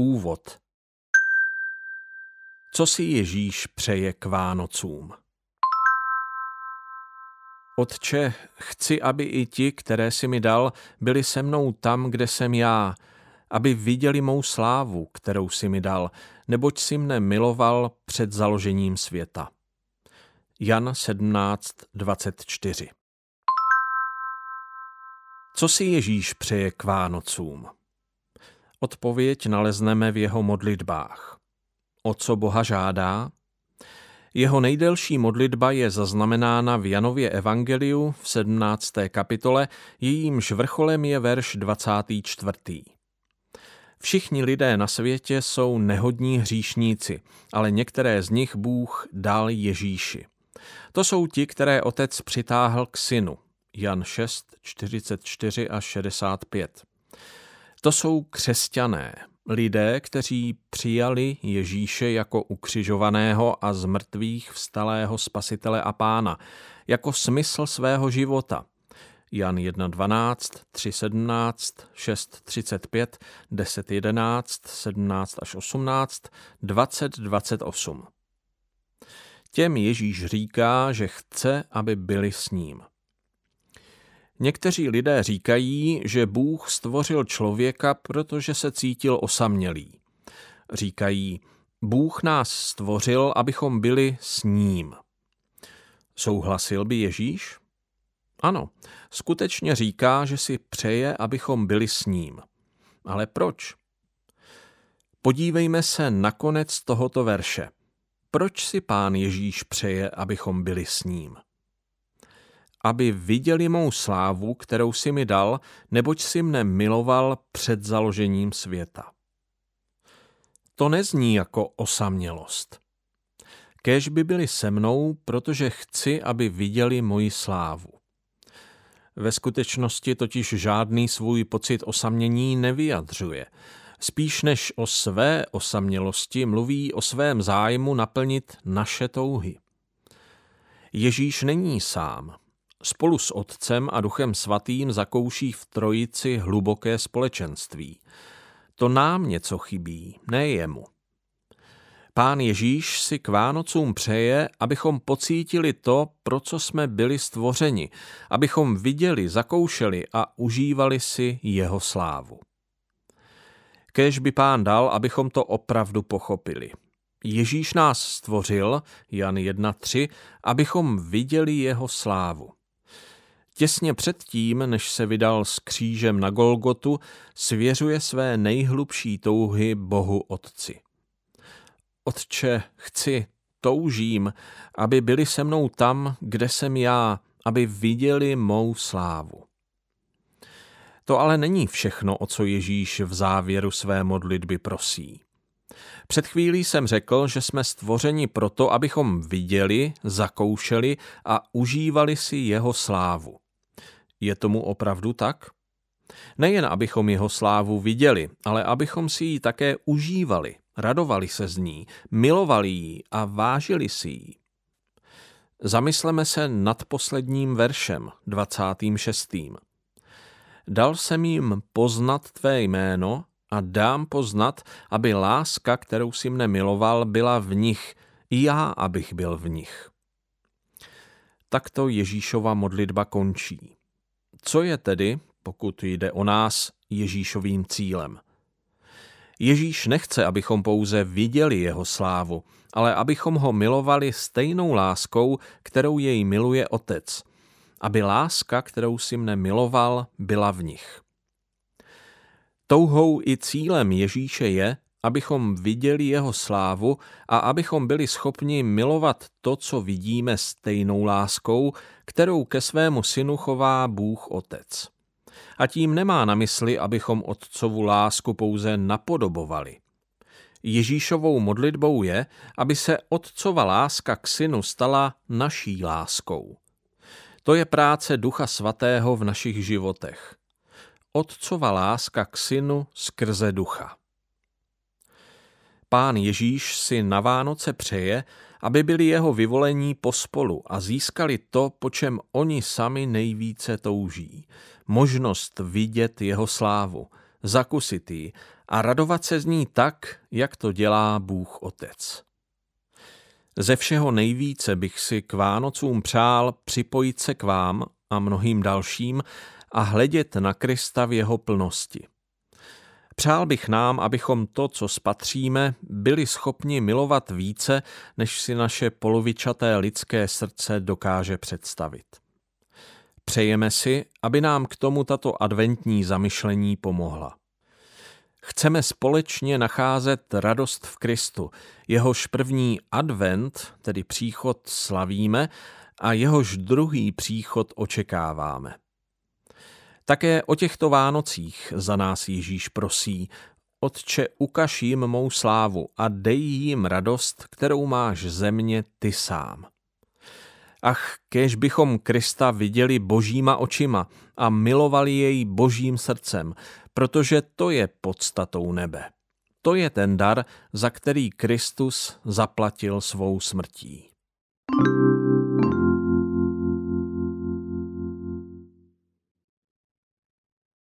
Úvod. Co si Ježíš přeje k Vánocům? Otče, chci, aby i ti, které jsi mi dal, byli se mnou tam, kde jsem já, aby viděli mou slávu, kterou jsi mi dal, neboť jsi mne miloval před založením světa. Jan 17:24. Co si Ježíš přeje k Vánocům? Odpověď nalezneme v jeho modlitbách. O co Boha žádá? Jeho nejdelší modlitba je zaznamenána v Janově evangeliu v 17. kapitole, jejímž vrcholem je verš 24. Všichni lidé na světě jsou nehodní hříšníci, ale některé z nich Bůh dal Ježíši. To jsou ti, které Otec přitáhl k Synu. Jan 6:44 až 65. To jsou křesťané, lidé, kteří přijali Ježíše jako ukřižovaného a z mrtvých vstalého Spasitele a Pána, jako smysl svého života. Jan 1:12, 3:17, 6:35, 10:11, 17 až 18, 20:28. Těm Ježíš říká, že chce, aby byli s ním. Někteří lidé říkají, že Bůh stvořil člověka, protože se cítil osamělý. Říkají, Bůh nás stvořil, abychom byli s ním. Souhlasil by Ježíš? Ano, skutečně říká, že si přeje, abychom byli s ním. Ale proč? Podívejme se na konec tohoto verše. Proč si Pán Ježíš přeje, abychom byli s ním? Aby viděli mou slávu, kterou jsi mi dal, neboť jsi mne miloval před založením světa. To nezní jako osamělost. Kéž by byli se mnou, protože chci, aby viděli moji slávu. Ve skutečnosti totiž žádný svůj pocit osamění nevyjadřuje. Spíš než o své osamělosti mluví o svém zájmu naplnit naše touhy. Ježíš není sám. Spolu s Otcem a Duchem Svatým zakouší v Trojici hluboké společenství. To nám něco chybí, ne jemu. Pán Ježíš si k Vánocům přeje, abychom pocítili to, pro co jsme byli stvořeni, abychom viděli, zakoušeli a užívali si jeho slávu. Kéž by Pán dal, abychom to opravdu pochopili. Ježíš nás stvořil, Jan 1:3, abychom viděli jeho slávu. Těsně předtím, než se vydal s křížem na Golgotu, svěřuje své nejhlubší touhy Bohu Otci. Otče, toužím, aby byli se mnou tam, kde jsem já, aby viděli mou slávu. To ale není všechno, o co Ježíš v závěru své modlitby prosí. Před chvílí jsem řekl, že jsme stvořeni proto, abychom viděli, zakoušeli a užívali si jeho slávu. Je tomu opravdu tak? Nejen abychom jeho slávu viděli, ale abychom si ji také užívali, radovali se z ní, milovali ji a vážili si ji. Zamysleme se nad posledním veršem, 26. Dal jsem jim poznat tvé jméno a dám poznat, aby láska, kterou si mne miloval, byla v nich, i já, abych byl v nich. Takto Ježíšova modlitba končí. Co je tedy, pokud jde o nás, Ježíšovým cílem? Ježíš nechce, abychom pouze viděli jeho slávu, ale abychom ho milovali stejnou láskou, kterou jej miluje Otec. Aby láska, kterou si mne miloval, byla v nich. Touhou i cílem Ježíše je, abychom viděli jeho slávu a abychom byli schopni milovat to, co vidíme, stejnou láskou, kterou ke svému synu chová Bůh Otec. A tím nemá na mysli, abychom Otcovu lásku pouze napodobovali. Ježíšovou modlitbou je, aby se Otcova láska k synu stala naší láskou. To je práce Ducha Svatého v našich životech. Otcova láska k synu skrze Ducha. Pán Ježíš si na Vánoce přeje, aby byli jeho vyvolení pospolu a získali to, po čem oni sami nejvíce touží. Možnost vidět jeho slávu, zakusit ji a radovat se z ní tak, jak to dělá Bůh Otec. Ze všeho nejvíce bych si k Vánocům přál připojit se k vám a mnohým dalším a hledět na Krista v jeho plnosti. Přál bych nám, abychom to, co spatříme, byli schopni milovat více, než si naše polovičaté lidské srdce dokáže představit. Přejeme si, aby nám k tomu tato adventní zamyšlení pomohla. Chceme společně nacházet radost v Kristu, jehož první advent, tedy příchod, slavíme a jehož druhý příchod očekáváme. Také o těchto Vánocích za nás Ježíš prosí: Otče, ukaž jim mou slávu a dej jim radost, kterou máš ze mě ty sám. Ach, kéž bychom Krista viděli božíma očima a milovali jej božím srdcem, protože to je podstatou nebe. To je ten dar, za který Kristus zaplatil svou smrtí.